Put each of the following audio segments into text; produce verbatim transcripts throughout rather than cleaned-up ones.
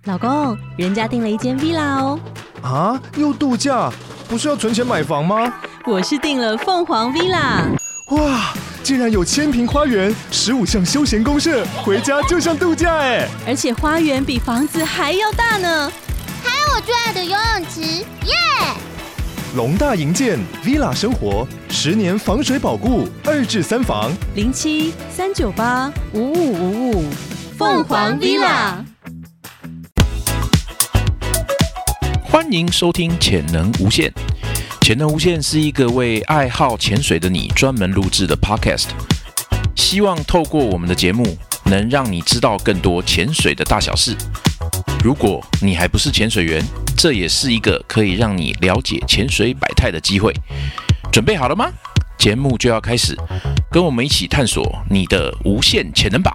老公，人家订了一间 villa 哦。 啊，又度假？不是要存钱买房吗？ 我是订了凤凰 villa。 哇，竟然有千坪花园，十五项休闲公设，回家就像度假哎！ 而且花园比房子还要大呢。 还有我最爱的游泳池，耶！ 龙大营建 villa 生活，十年防水保固，二至三房， 零七三九八五五五五，凤凰 villa。 欢迎收听潜能无限。潜能无限是一个为爱好潜水的你专门录制的 podcast， 希望透过我们的节目，能让你知道更多潜水的大小事。如果你还不是潜水员，这也是一个可以让你了解潜水百态的机会。准备好了吗？节目就要开始，跟我们一起探索你的无限潜能吧！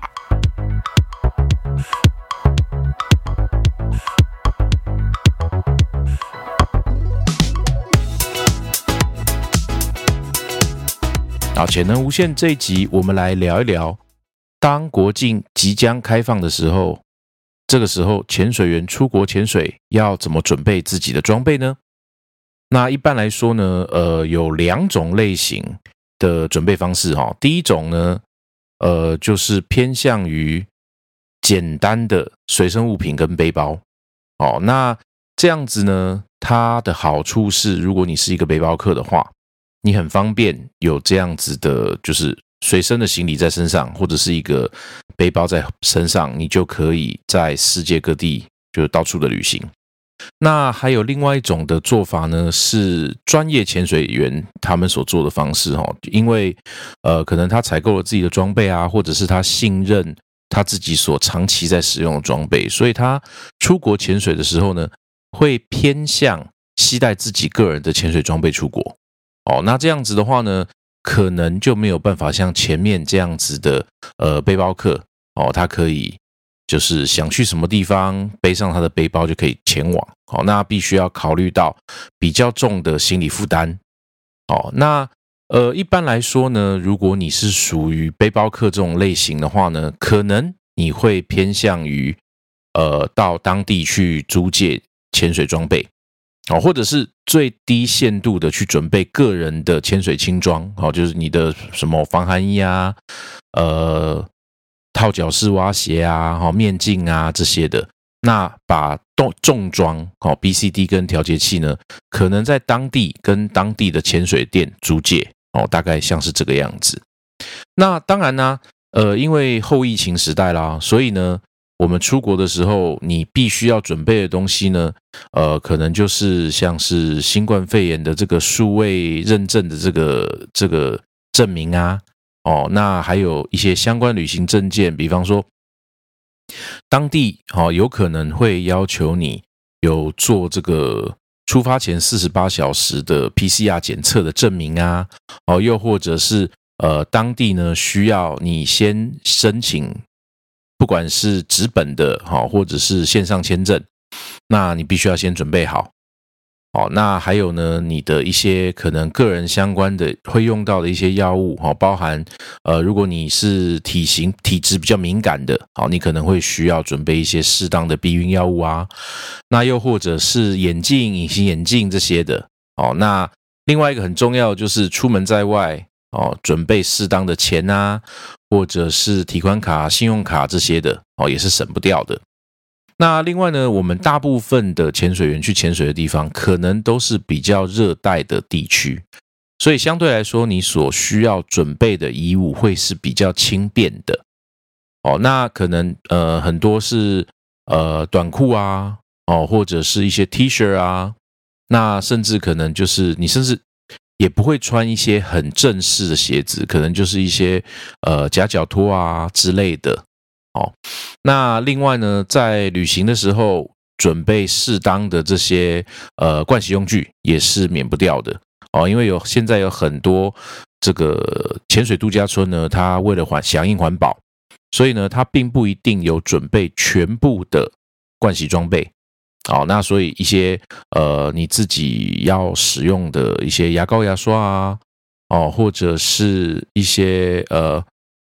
好，潜能无限这一集，我们来聊一聊，当国境即将开放的时候，这个时候潜水员出国潜水要怎么准备自己的装备呢？那一般来说呢，呃，有两种类型的准备方式哈。第一种呢，呃，就是偏向于简单的随身物品跟背包。哦，那这样子呢，它的好处是，如果你是一个背包客的话，你很方便有这样子的，就是随身的行李在身上，或者是一个背包在身上，你就可以在世界各地就到处的旅行。那还有另外一种的做法呢，是专业潜水员他们所做的方式哦，因为呃，可能他采购了自己的装备啊，或者是他信任他自己所长期在使用的装备，所以他出国潜水的时候呢，会偏向携带自己个人的潜水装备出国。哦，那这样子的话呢，可能就没有办法像前面这样子的呃背包客哦，他可以就是想去什么地方，背上他的背包就可以前往。哦，那必须要考虑到比较重的行李负担。哦，那呃一般来说呢，如果你是属于背包客这种类型的话呢，可能你会偏向于呃到当地去租借潜水装备。哦，或者是最低限度的去准备个人的潜水轻装，哦，就是你的什么防寒衣啊、呃套脚式蛙鞋啊、哦、面镜啊这些的。那把重装哦 B C D 跟调节器呢，可能在当地跟当地的潜水店租借哦，大概像是这个样子。那当然呢，呃，因为后疫情时代啦，所以呢，我们出国的时候，你必须要准备的东西呢，呃，可能就是像是新冠肺炎的这个数位认证的这个这个证明啊，哦，那还有一些相关旅行证件，比方说，当地哦有可能会要求你有做这个出发前四十八小时的 P C R 检测的证明啊，哦，又或者是呃当地呢需要你先申请。不管是纸本的或者是线上签证，那你必须要先准备好。那还有呢，你的一些可能个人相关的会用到的一些药物，包含呃，如果你是体型体质比较敏感的，你可能会需要准备一些适当的避孕药物啊。那又或者是眼镜、隐形眼镜这些的。那另外一个很重要的就是出门在外。哦，准备适当的钱啊，或者是提款卡、信用卡这些的，哦，也是省不掉的。那另外呢，我们大部分的潜水员去潜水的地方，可能都是比较热带的地区，所以相对来说，你所需要准备的衣物会是比较轻便的。哦，那可能呃很多是呃短裤啊，哦，或者是一些 T 恤啊，那甚至可能就是你甚至。也不会穿一些很正式的鞋子，可能就是一些呃夹脚拖啊之类的。哦，那另外呢，在旅行的时候准备适当的这些呃盥洗用具也是免不掉的哦，因为有现在有很多这个潜水度假村呢，它为了环响应环保，所以呢，它并不一定有准备全部的盥洗装备。好，那所以一些呃你自己要使用的一些牙膏、牙刷啊，哦，或者是一些呃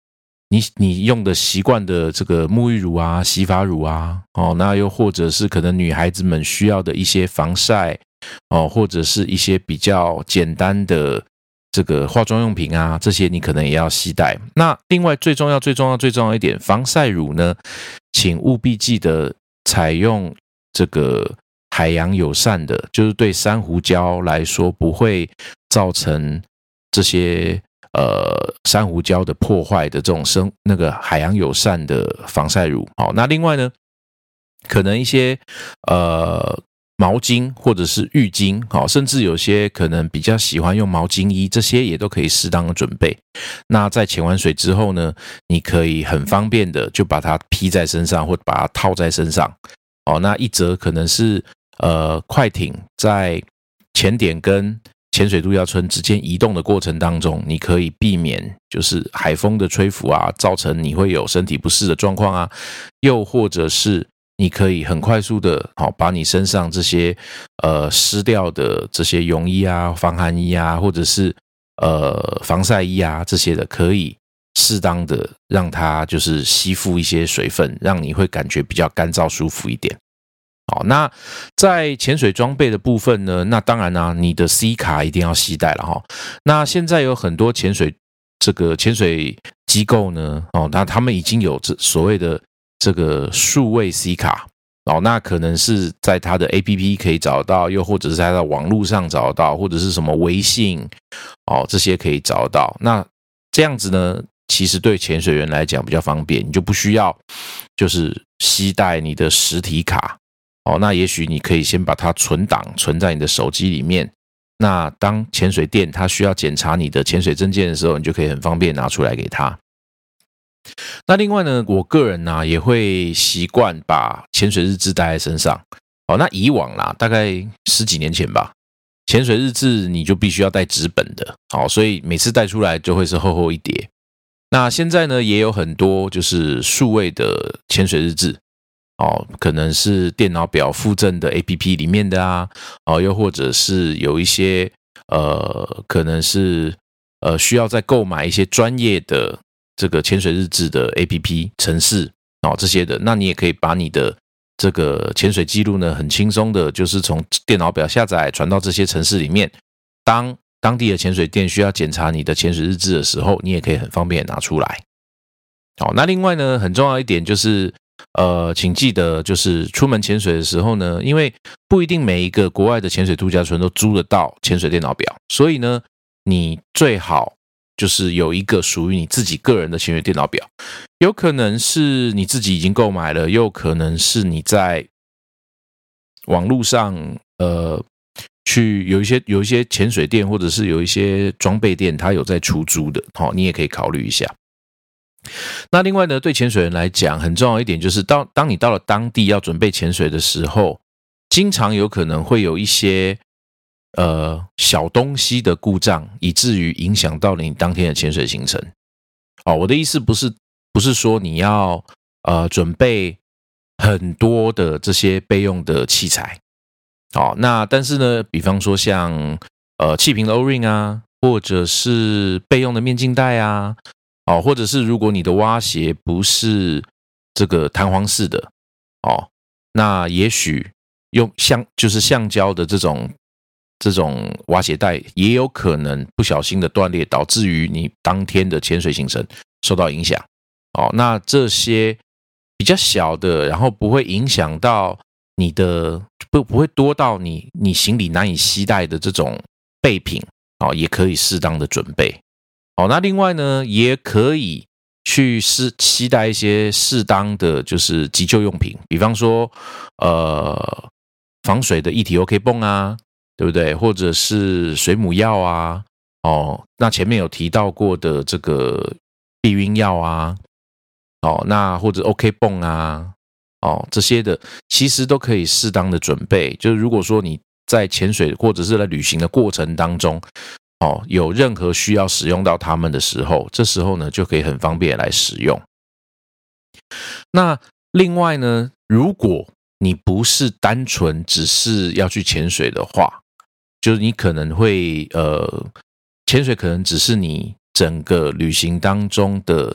你你用的习惯的这个沐浴乳啊、洗发乳啊，哦，那又或者是可能女孩子们需要的一些防晒哦，或者是一些比较简单的这个化妆用品啊，这些你可能也要携带。那另外最重要、最重要、最重要一点，防晒乳呢，请务必记得采用这个海洋友善的，就是对珊瑚礁来说不会造成这些。呃，珊瑚礁的破坏的这种生那个海洋友善的防晒乳，好，那另外呢，可能一些呃毛巾或者是浴巾，好，甚至有些可能比较喜欢用毛巾衣，这些也都可以适当的准备。那在潜完水之后呢，你可以很方便的就把它披在身上，或者把它套在身上。哦，那一则可能是呃快艇在潜点跟潜水度假村之间移动的过程当中，你可以避免就是海风的吹拂啊，造成你会有身体不适的状况啊，又或者是你可以很快速的，好，把你身上这些呃湿掉的这些泳衣啊、防寒衣啊，或者是呃防晒衣啊这些的，可以适当的让它就是吸附一些水分，让你会感觉比较干燥舒服一点。好，那在潜水装备的部分呢，那当然啊，你的 C 卡一定要携带了哈。那现在有很多潜水这个潜水机构呢，哦，那他们已经有这所谓的这个数位 C 卡，哦，那可能是在它的 A P P 可以找到，又或者是在它的网络上找到，或者是什么微信，哦，这些可以找到。那这样子呢，其实对潜水员来讲比较方便，你就不需要就是携带你的实体卡。哦，那也许你可以先把它存档存在你的手机里面。那当潜水店它需要检查你的潜水证件的时候，你就可以很方便拿出来给他。那另外呢，我个人呢、啊、也会习惯把潜水日志带在身上。哦，那以往啦，大概十几年前吧，潜水日志你就必须要带纸本的，好，所以每次带出来就会是厚厚一叠。那现在呢，也有很多就是数位的潜水日志。哦，可能是电脑表附赠的 A P P 里面的啊，哦，又或者是有一些呃，可能是呃需要再购买一些专业的这个潜水日志的 A P P 程式哦这些的，那你也可以把你的这个潜水记录呢，很轻松的，就是从电脑表下载传到这些程式里面。当当地的潜水店需要检查你的潜水日志的时候，你也可以很方便的拿出来。好，那另外呢，很重要一点就是。呃，请记得，就是出门潜水的时候呢，因为不一定每一个国外的潜水度假村都租得到潜水电脑表，所以呢，你最好就是有一个属于你自己个人的潜水电脑表，有可能是你自己已经购买了，又可能是你在网络上呃去有一些有一些潜水店或者是有一些装备店，它有在出租的，好，你也可以考虑一下。那另外呢，对潜水人来讲，很重要一点就是当当你到了当地要准备潜水的时候，经常有可能会有一些呃小东西的故障，以至于影响到你当天的潜水行程。哦，我的意思不是不是说你要呃准备很多的这些备用的器材。哦，那但是呢，比方说像呃气瓶的 O-ring 啊，或者是备用的面镜带啊。哦，或者是如果你的蛙鞋不是这个弹簧式的哦，那也许用橡就是橡胶的这种这种蛙鞋带，也有可能不小心的断裂，导致于你当天的潜水行程受到影响。哦，那这些比较小的，然后不会影响到你的不不会多到你你行李难以携带的这种备品，哦，也可以适当的准备。好，那另外呢，也可以去试携带一些适当的就是急救用品，比方说呃防水的液体 OK 泵啊，对不对？或者是水母药啊，哦，那前面有提到过的这个避孕药啊，哦，那或者 OK 泵啊，哦，这些的其实都可以适当的准备。就是如果说你在潜水或者是在旅行的过程当中。哦，有任何需要使用到它们的时候，这时候呢就可以很方便来使用。那另外呢，如果你不是单纯只是要去潜水的话，就是你可能会呃，潜水可能只是你整个旅行当中的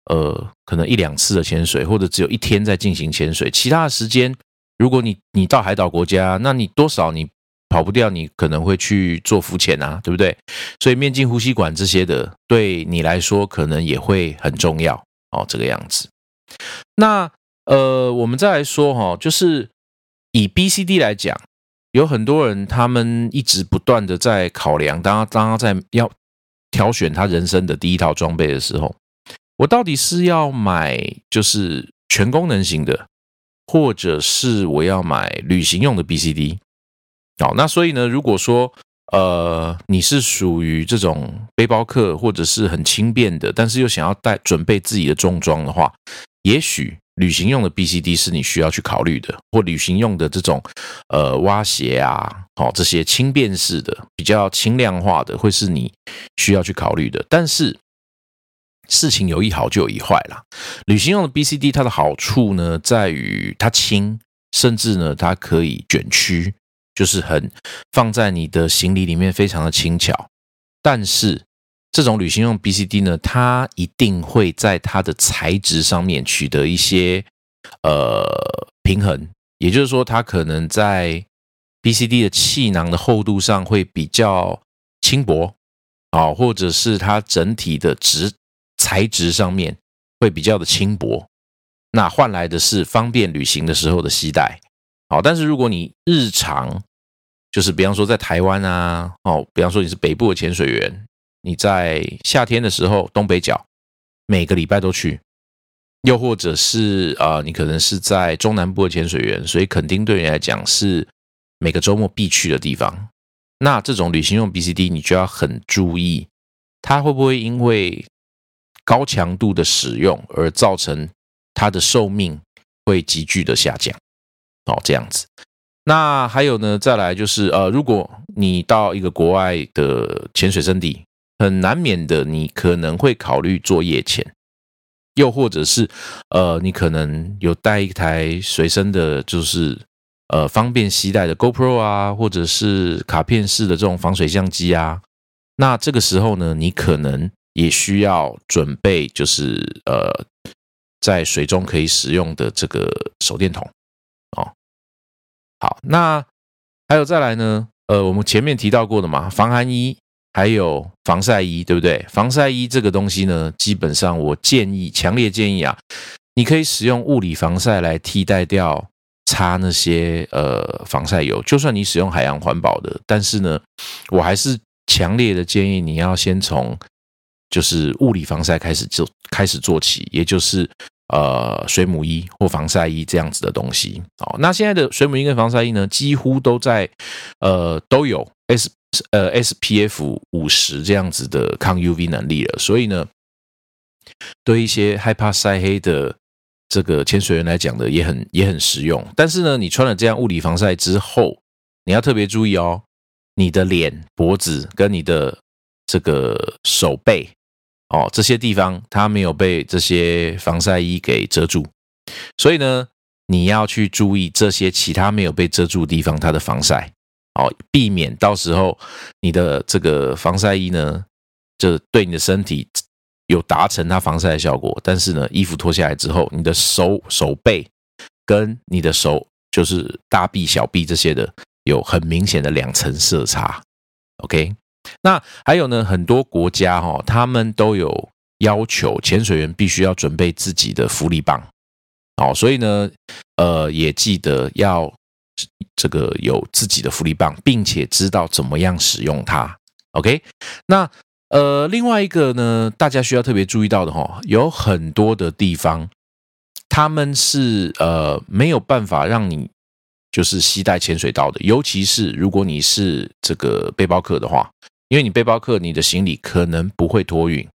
呃可能一两次的潜水，或者只有一天在进行潜水，其他的时间，如果你你到海岛国家，那你多少你跑不掉，你可能会去做浮潜啊，对不对？所以面镜呼吸管这些的，对你来说可能也会很重要哦，这个样子。那呃，我们再来说哈、哦，就是以 B C D 来讲，有很多人他们一直不断的在考量，当他当他在要挑选他人生的第一套装备的时候，我到底是要买就是全功能型的，或者是我要买旅行用的 B C D。好，那所以呢，如果说呃你是属于这种背包客，或者是很轻便的，但是又想要带准备自己的重装的话，也许旅行用的 B C D 是你需要去考虑的，或旅行用的这种呃蛙鞋啊，哦这些轻便式的、比较轻量化的，会是你需要去考虑的。但是事情有一好就有一坏啦。旅行用的 B C D 它的好处呢，在于它轻，甚至呢它可以卷曲，就是很放在你的行李里面非常的轻巧。但是这种旅行用 B C D 呢，它一定会在它的材质上面取得一些呃平衡，也就是说它可能在 B C D 的气囊的厚度上会比较轻薄、哦、或者是它整体的质材质上面会比较的轻薄，那换来的是方便旅行的时候的携带。好，但是如果你日常就是比方说在台湾啊，哦，比方说你是北部的潜水员，你在夏天的时候东北角每个礼拜都去，又或者是呃你可能是在中南部的潜水员，所以垦丁对你来讲是每个周末必去的地方。那这种旅行用 B C D 你就要很注意，它会不会因为高强度的使用而造成它的寿命会急剧的下降哦，这样子。那还有呢，再来就是呃，如果你到一个国外的潜水圣地，很难免的你可能会考虑做夜潜，又或者是呃，你可能有带一台随身的，就是呃方便携带的 GoPro 啊，或者是卡片式的这种防水相机啊。那这个时候呢，你可能也需要准备，就是呃，在水中可以使用的这个手电筒哦。好，那还有再来呢，呃，我们前面提到过的嘛，防寒衣还有防晒衣，对不对？防晒衣这个东西呢，基本上我建议，强烈建议啊，你可以使用物理防晒来替代掉擦那些呃防晒油。就算你使用海洋环保的，但是呢，我还是强烈的建议你要先从就是物理防晒开始做开始做起，也就是呃水母衣或防晒衣这样子的东西。哦，那现在的水母衣跟防晒衣呢，几乎都在呃都有 S 呃 S P F 五十这样子的抗 U V 能力了，所以呢，对一些害怕晒黑的这个潜水员来讲的也很也很实用。但是呢，你穿了这样物理防晒之后，你要特别注意哦，你的脸、脖子跟你的这个手背哦，这些地方它没有被这些防晒衣给遮住，所以呢，你要去注意这些其他没有被遮住的地方它的防晒哦，避免到时候你的这个防晒衣呢，就对你的身体有达成它防晒的效果，但是呢，衣服脱下来之后，你的手手背跟你的手就是大臂、小臂这些的有很明显的两层色差。OK。那还有呢，很多国家哦，他们都有要求潜水员必须要准备自己的浮力棒，哦，所以呢，呃，也记得要这个有自己的浮力棒，并且知道怎么样使用它。OK， 那呃，另外一个呢，大家需要特别注意到的哈，有很多的地方，他们是呃没有办法让你就是携带潜水刀的，尤其是如果你是这个背包客的话。因为你背包客，你的行李可能不会托运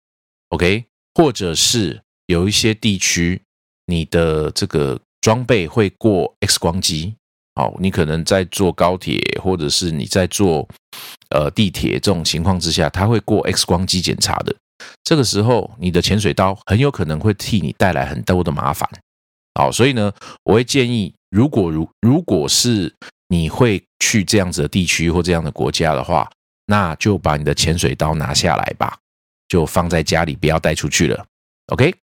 ，OK， 或者是有一些地区，你的这个装备会过 X 光机，好，你可能在坐高铁，或者是你在坐呃地铁这种情况之下，它会过 X 光机检查的。这个时候，你的潜水刀很有可能会替你带来很多的麻烦，好，所以呢，我会建议，如果如如果是你会去这样子的地区或这样的国家的话，那就把你的潜水刀拿下来吧，就放在家里，不要带出去了。OK，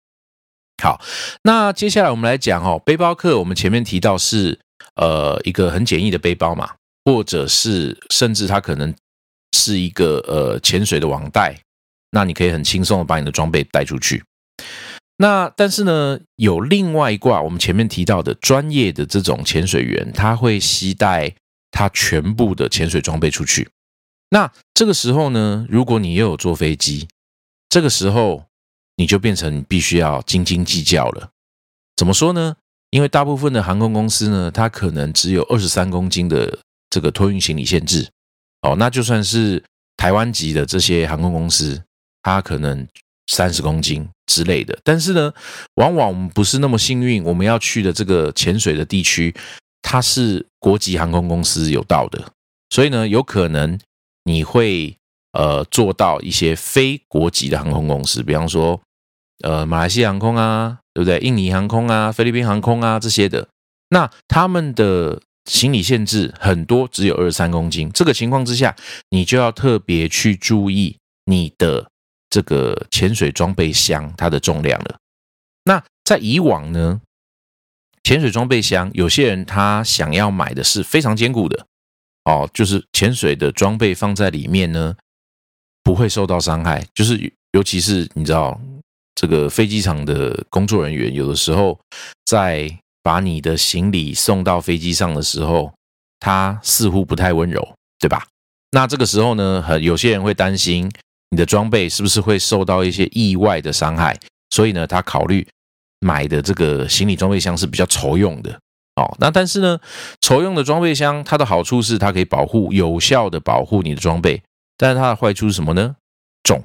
好，那接下来我们来讲哦，背包客我们前面提到是呃一个很简易的背包嘛，或者是甚至它可能是一个呃潜水的网袋，那你可以很轻松的把你的装备带出去。那但是呢，有另外一挂我们前面提到的专业的这种潜水员，他会携带他全部的潜水装备出去。那这个时候呢，如果你又有坐飞机，这个时候你就变成你必须要斤斤计较了。怎么说呢？因为大部分的航空公司呢，它可能只有二十三公斤的这个托运行李限制。哦，那就算是台湾籍的这些航空公司，它可能三十公斤之类的。但是呢，往往我们不是那么幸运，我们要去的这个潜水的地区，它是国际航空公司有到的，所以呢，有可能你会呃做到一些非国籍的航空公司，比方说呃马来西亚航空啊，对不对？印尼航空啊，菲律宾航空啊这些的，那他们的行李限制很多只有二十三公斤，这个情况之下，你就要特别去注意你的这个潜水装备箱它的重量了。那在以往呢，潜水装备箱有些人他想要买的是非常坚固的哦，就是潜水的装备放在里面呢不会受到伤害，就是尤其是你知道这个飞机场的工作人员有的时候在把你的行李送到飞机上的时候，他似乎不太温柔，对吧？那这个时候呢，有些人会担心你的装备是不是会受到一些意外的伤害，所以呢，他考虑买的这个行李装备箱是比较筹用的哦。那但是呢，筹用的装备箱它的好处是它可以保护，有效的保护你的装备，但是它的坏处是什么呢？重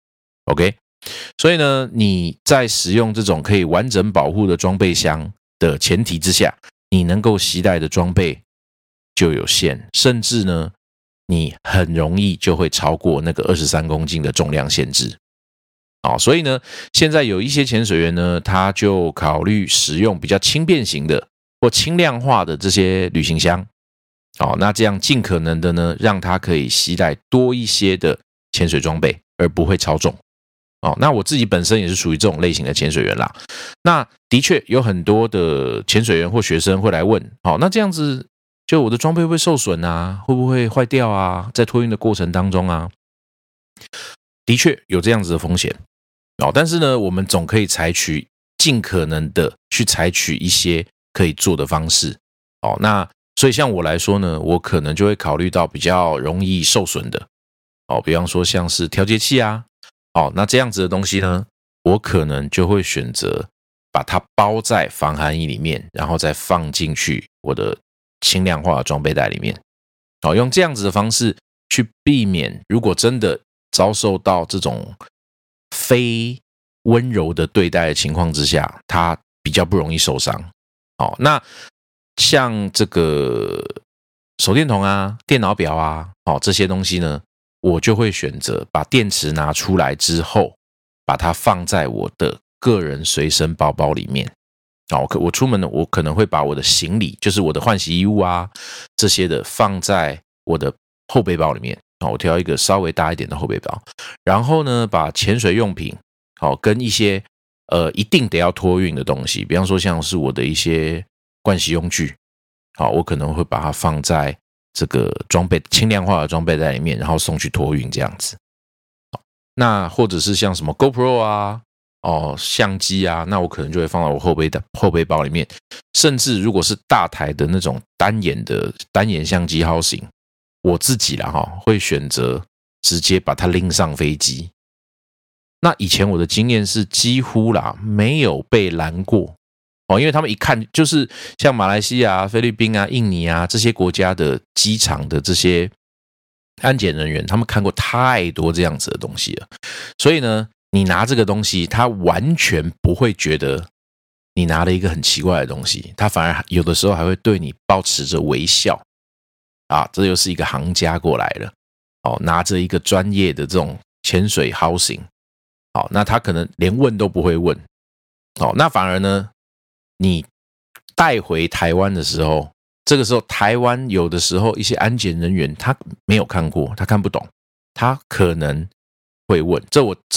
，OK。所以呢，你在使用这种可以完整保护的装备箱的前提之下，你能够携带的装备就有限，甚至呢，你很容易就会超过那个二十三公斤的重量限制。哦，所以呢，现在有一些潜水员呢，他就考虑使用比较轻便型的或轻量化的这些旅行箱。哦，那这样尽可能的呢，让他可以携带多一些的潜水装备，而不会超重。哦，那我自己本身也是属于这种类型的潜水员啦。那的确有很多的潜水员或学生会来问，好，那这样子就我的装备会不会受损啊？会不会坏掉啊？在托运的过程当中啊，的确有这样子的风险。哦，但是呢，我们总可以采取尽可能的去采取一些可以做的方式。哦，那所以像我来说呢，我可能就会考虑到比较容易受损的。哦，比方说像是调节器啊。哦，那这样子的东西呢，我可能就会选择把它包在防寒衣里面，然后再放进去我的轻量化的装备袋里面。好，用这样子的方式去避免，如果真的遭受到这种非温柔的对待的情况之下，它比较不容易受伤。好，那像这个手电筒啊、电脑表啊，哦，这些东西呢，我就会选择把电池拿出来之后，把它放在我的个人随身包包里面。哦，我出门呢，我可能会把我的行李，就是我的换洗衣物啊这些的，放在我的后背包里面。哦，我挑一个稍微大一点的后背包，然后呢，把潜水用品，好，跟一些呃一定得要托运的东西，比方说像是我的一些盥洗用具，好，我可能会把它放在这个装备轻量化的装备在里面，然后送去托运这样子。那或者是像什么 GoPro 啊、哦相机啊，那我可能就会放到我后背的后背包里面。甚至如果是大台的那种单眼的单眼相机 housing， 我自己啦哈会选择直接把它拎上飞机。那以前我的经验是几乎啦没有被拦过。哦，因为他们一看就是像马来西亚、菲律宾啊、印尼啊这些国家的机场的这些安检人员，他们看过太多这样子的东西了，所以呢，你拿这个东西，他完全不会觉得你拿了一个很奇怪的东西，他反而有的时候还会对你抱持着微笑啊，这又是一个行家过来了，哦，拿着一个专业的这种潜水 housing， 好，那他可能连问都不会问，哦，那反而呢，你带回台湾的时候，这个时候台湾有的时候一些安检人员他没有看过，他看不懂，他可能会问，这我这我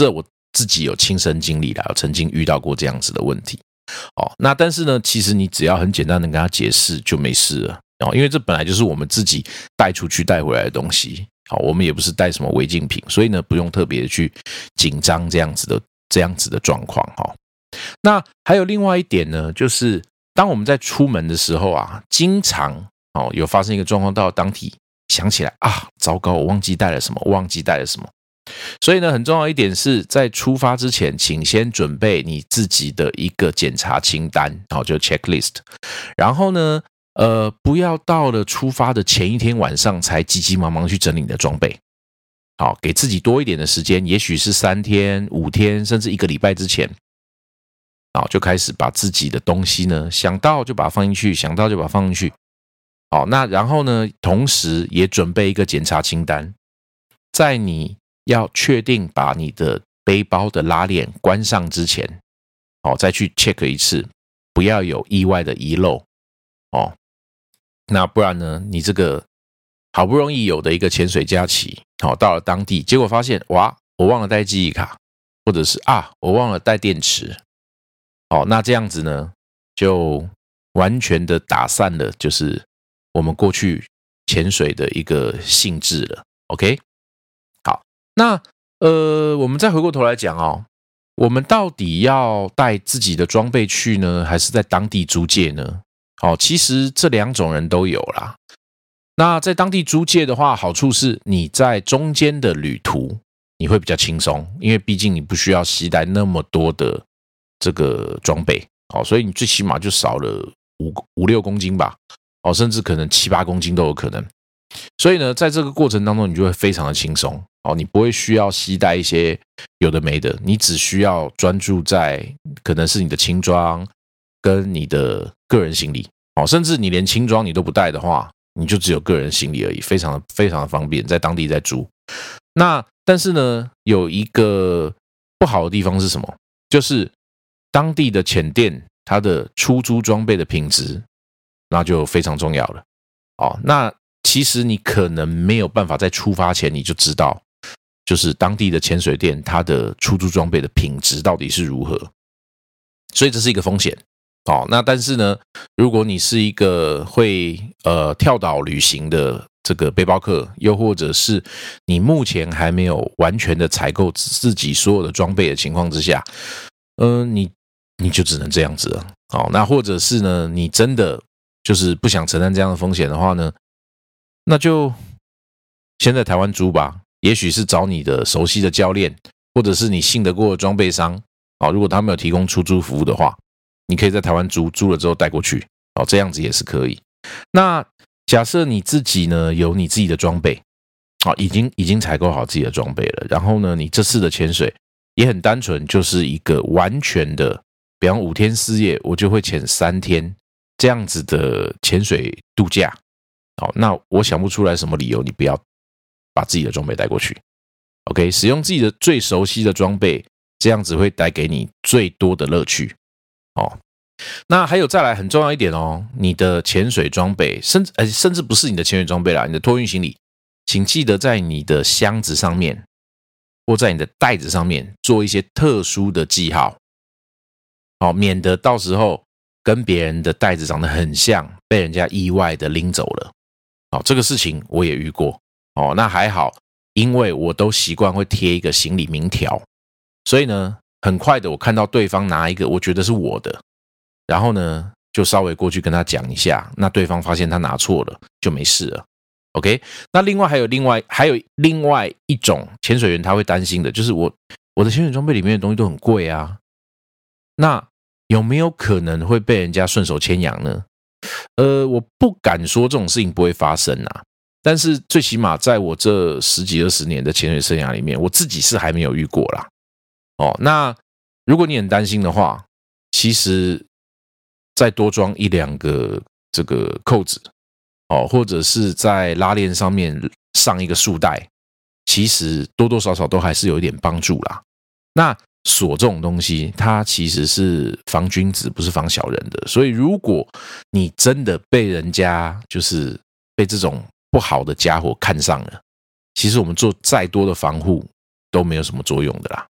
自己有亲身经历啦，有曾经遇到过这样子的问题。哦，那但是呢，其实你只要很简单的跟他解释就没事了。哦，因为这本来就是我们自己带出去带回来的东西。好，我们也不是带什么违禁品，所以呢，不用特别去紧张这样子的这样子的状况哈。那还有另外一点呢，就是当我们在出门的时候啊，经常哦有发生一个状况，到了当地想起来啊，糟糕，我忘记带了什么，忘记带了什么。所以呢，很重要一点是在出发之前，请先准备你自己的一个检查清单，好，就 checklist。然后呢，呃，不要到了出发的前一天晚上才急急忙忙去整理你的装备。好，给自己多一点的时间，也许是三天、五天，甚至一个礼拜之前，好，就开始把自己的东西呢，想到就把它放进去，想到就把它放进去。好，那然后呢，同时也准备一个检查清单，在你要确定把你的背包的拉链关上之前，好，再去 check 一次，不要有意外的遗漏。哦，那不然呢，你这个好不容易有的一个潜水假期，好，到了当地，结果发现哇，我忘了带记忆卡，或者是啊，我忘了带电池。好，那这样子呢，就完全的打散了，就是我们过去潜水的一个性质了。OK， 好，那呃，我们再回过头来讲哦，我们到底要带自己的装备去呢，还是在当地租借呢？哦，其实这两种人都有啦。那在当地租借的话，好处是你在中间的旅途你会比较轻松，因为毕竟你不需要携带那么多的这个装备，哦，所以你最起码就少了五五六公斤吧，哦，甚至可能七八公斤都有可能。所以呢，在这个过程当中，你就会非常的轻松，哦，你不会需要携带一些有的没的，你只需要专注在可能是你的轻装跟你的个人行李，哦，甚至你连轻装你都不带的话，你就只有个人行李而已，非常的非常的方便，在当地在租。那但是呢，有一个不好的地方是什么？就是当地的潜店它的出租装备的品质，那就非常重要了。哦，那其实你可能没有办法在出发前你就知道，就是当地的潜水店它的出租装备的品质到底是如何，所以这是一个风险。哦，那但是呢，如果你是一个会呃跳岛旅行的这个背包客，又或者是你目前还没有完全的采购自己所有的装备的情况之下，呃，你你就只能这样子了。好，那或者是呢，你真的就是不想承担这样的风险的话呢，那就先在台湾租吧，也许是找你的熟悉的教练，或者是你信得过的装备商。好，如果他们有提供出租服务的话，你可以在台湾租，租了之后带过去，哦，这样子也是可以。那假设你自己呢有你自己的装备，好，已经已经采购好自己的装备了，然后呢，你这次的潜水也很单纯，就是一个完全的，比方五天四夜，我就会潜三天这样子的潜水度假。好，那我想不出来什么理由你不要把自己的装备带过去。OK， 使用自己的最熟悉的装备，这样子会带给你最多的乐趣。哦，那还有再来很重要一点哦，你的潜水装备，甚至、呃、甚至不是你的潜水装备啦，你的托运行李，请记得在你的箱子上面或在你的袋子上面做一些特殊的记号，好，免得到时候跟别人的袋子长得很像，被人家意外的拎走了。好，这个事情我也遇过。哦，那还好，因为我都习惯会贴一个行李名条，所以呢，很快的我看到对方拿一个我觉得是我的，然后呢就稍微过去跟他讲一下，那对方发现他拿错了就没事了。 OK， 那另外还有另外还有另外一种潜水员他会担心的，就是我我的潜水装备里面的东西都很贵啊，那有没有可能会被人家顺手牵羊呢？呃，我不敢说这种事情不会发生啊，但是最起码在我这十几二十年的潜水生涯里面，我自己是还没有遇过啦。哦，那如果你很担心的话，其实再多装一两个这个扣子，哦，或者是在拉链上面上一个束带，其实多多少少都还是有一点帮助啦。那锁这种东西，它其实是防君子，不是防小人的。所以如果你真的被人家就是被这种不好的家伙看上了，其实我们做再多的防护都没有什么作用的啦。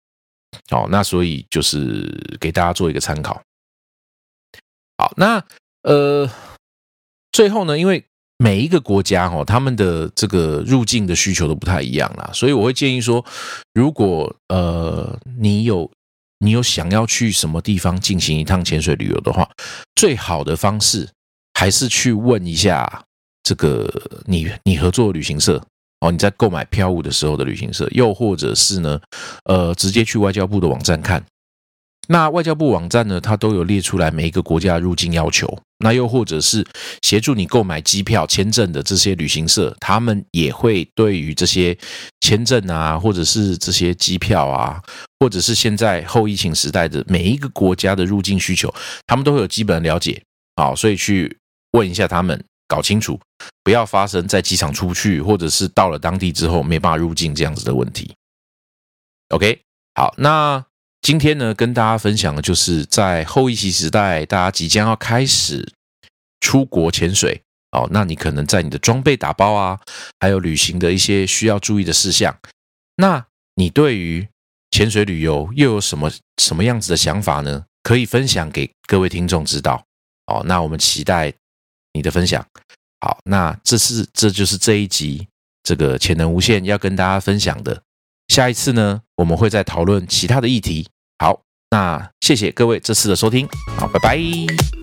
好，那所以就是给大家做一个参考。好，那呃，最后呢，因为每一个国家哦，他们的这个入境的需求都不太一样啦，所以我会建议说，如果呃你有你有想要去什么地方进行一趟潜水旅游的话，最好的方式还是去问一下这个你你合作的旅行社。哦，你在购买票务的时候的旅行社，又或者是呢，呃，直接去外交部的网站看。那外交部网站呢，它都有列出来每一个国家的入境要求。那又或者是协助你购买机票、签证的这些旅行社，他们也会对于这些签证啊，或者是这些机票啊，或者是现在后疫情时代的每一个国家的入境需求，他们都会有基本的了解。好，所以去问一下他们。搞清楚，不要发生在机场出去，或者是到了当地之后没办法入境这样子的问题。OK， 好，那今天呢，跟大家分享的就是在后疫情时代，大家即将要开始出国潜水哦。那你可能在你的装备打包啊，还有旅行的一些需要注意的事项。那你对于潜水旅游又有什么什么样子的想法呢？可以分享给各位听众知道哦。那我们期待你的分享。好，那这是这就是这一集这个潜能无限要跟大家分享的。下一次呢，我们会再讨论其他的议题。好，那谢谢各位这次的收听。好，拜拜。